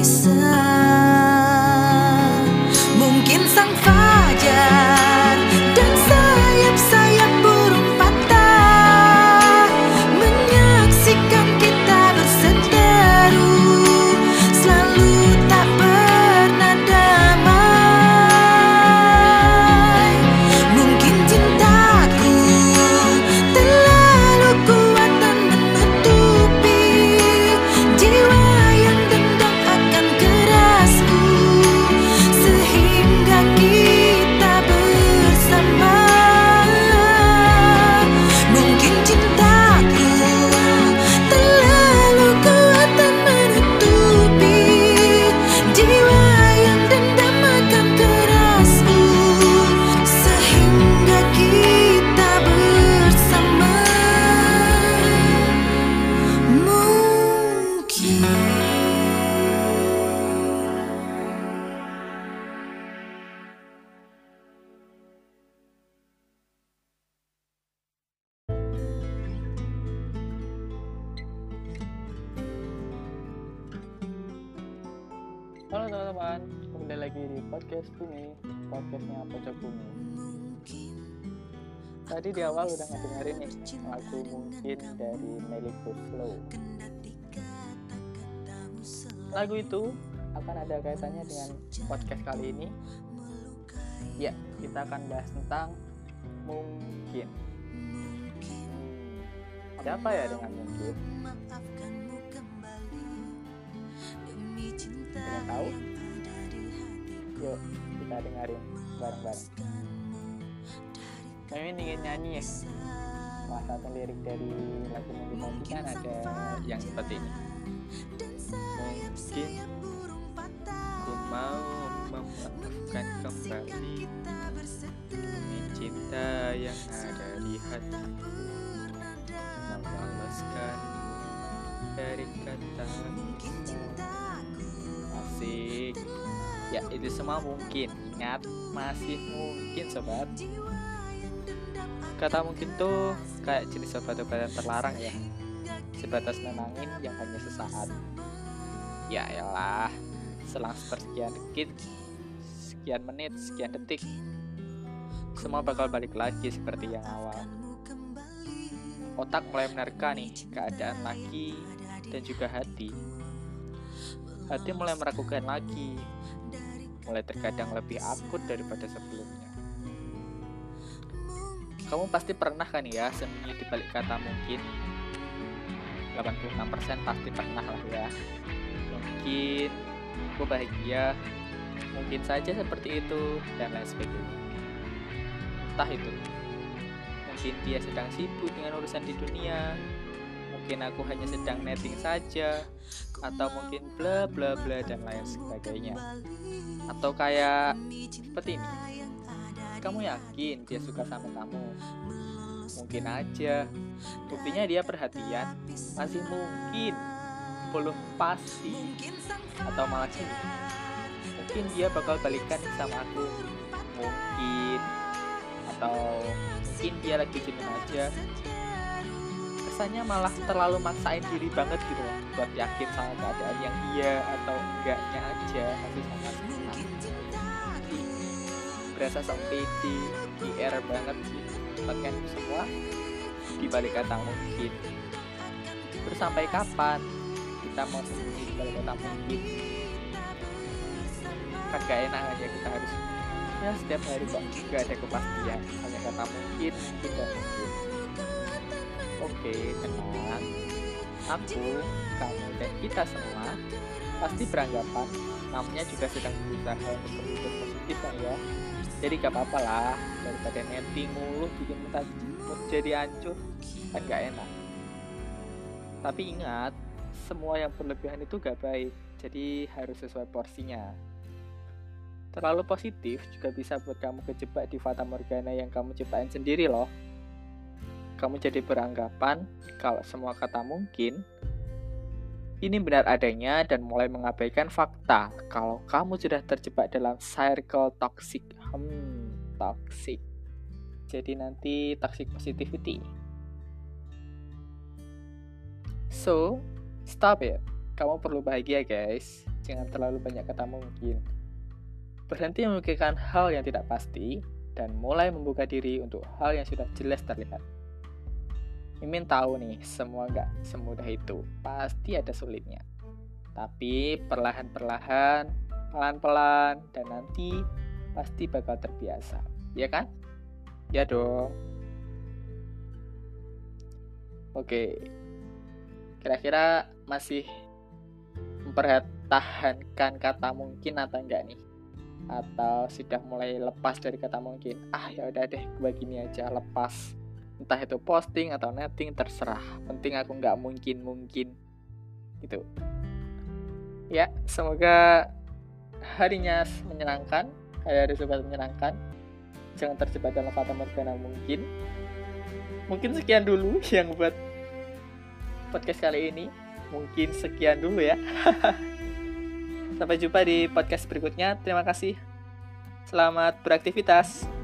bisa. Mungkin sang fajar dan sayap-sayap burung patah menyaksikan kita berseteru, selalu tak pernah damai. Mungkin cintaku terlalu kuat dan menutupi jiwa yang dendam akan kerasku, sehingga kita bersama. Mungkin cintaku terlalu kuat dan menutupi jiwa yang dendam akan kerasku, sehingga kita bersama. Mungkin. Halo teman-teman, kembali lagi di podcast Bumi, podcastnya Pojok Bumi. Tadi di awal udah ngedengerin nih lagu Mungkin dari Melly Goeslaw. Lagu itu akan ada kaitannya dengan podcast kali ini. Ya, kita akan bahas tentang mungkin. Ada apa ya dengan mungkin? Pengen tahu? Yuk kita dengerin bareng-bareng. Kami ingin nyanyi ya. Salah satu lirik dari lagu Mungkin kan ada yang seperti ini. Mungkin ku mau memaafkan kembali demi cinta yang ada di hatiku, membalaskan dari kata asik. Ya, itu semua mungkin. Ingat, masih mungkin sobat. Kata mungkin tuh kayak jenis obat-obatan terlarang ya, sebatas nenangin yang hanya sesaat. Ya elah, selang sepersekian detik, sekian menit, sekian detik, semua bakal balik lagi seperti yang awal. Otak mulai menerka nih keadaan lagi, dan juga hati. Hati mulai meragukan lagi, mulai terkadang lebih akut daripada sebelumnya. Kamu pasti pernah kan ya sembunyi di balik kata mungkin? 86% pasti pernah lah ya. Mungkin aku bahagia, mungkin saja seperti itu, dan lain sebagainya. Entah itu, mungkin dia sedang sibuk dengan urusan di dunia, mungkin aku hanya sedang netting saja, atau mungkin bla bla bla dan lain sebagainya. Atau kayak seperti ini, kamu yakin dia suka sama kamu? Mungkin aja, buktinya dia perhatian, masih mungkin, belum pasti. Atau malah gini, mungkin dia bakal balikan sama aku, mungkin. Atau mungkin dia lagi jenuh aja. Kesannya malah terlalu maksain diri banget gitu loh, buat yakin sama keadaan yang iya atau enggaknya aja, masih sama sekali. Berasa sok pede, GR banget sih, pakai semua di balik kata mungkin. Terus sampai kapan kita mau sembunyi di balik kata mungkin? Kan gak enak aja kita harus ya setiap hari kok gak ada kepastian, hanya kata mungkin dan mungkin. Oke, tenang. Aku, kamu, dan kita semua pasti beranggapan namanya juga sedang berusaha untuk berpikir positif kan ya. Jadi gak apa-apa lah, daripada netting mulu bikin mood jadi hancur, kan gak enak. Tapi ingat, semua yang berlebihan itu gak baik, jadi harus sesuai porsinya. Terlalu positif juga bisa buat kamu kejebak di fata morgana yang kamu ciptain sendiri loh. Kamu jadi beranggapan kalau semua kata mungkin ini benar adanya dan mulai mengabaikan fakta kalau kamu sudah terjebak dalam circle toxic. Toxic. Jadi nanti toxic positivity. So, stop it. Kamu perlu bahagia, guys. Jangan terlalu banyak kata mungkin. Berhenti memikirkan hal yang tidak pasti dan mulai membuka diri untuk hal yang sudah jelas terlihat. Mimin tahu nih, semua nggak semudah itu. Pasti ada sulitnya. Tapi perlahan-perlahan, pelan-pelan, dan nanti pasti bakal terbiasa. Ya kan? Ya dong. Oke. Kira-kira masih mempertahankan kata mungkin atau enggak nih? Atau sudah mulai lepas dari kata mungkin? Ya udah deh, gue gini aja, lepas. Entah itu posting atau netting, terserah. Penting aku nggak mungkin gitu. Ya, semoga harinya menyenangkan, hari sobat menyenangkan. Jangan terjebak dalam fata morgana mungkin. Mungkin sekian dulu yang buat podcast kali ini. Mungkin sekian dulu ya. Sampai jumpa di podcast berikutnya. Terima kasih. Selamat beraktivitas.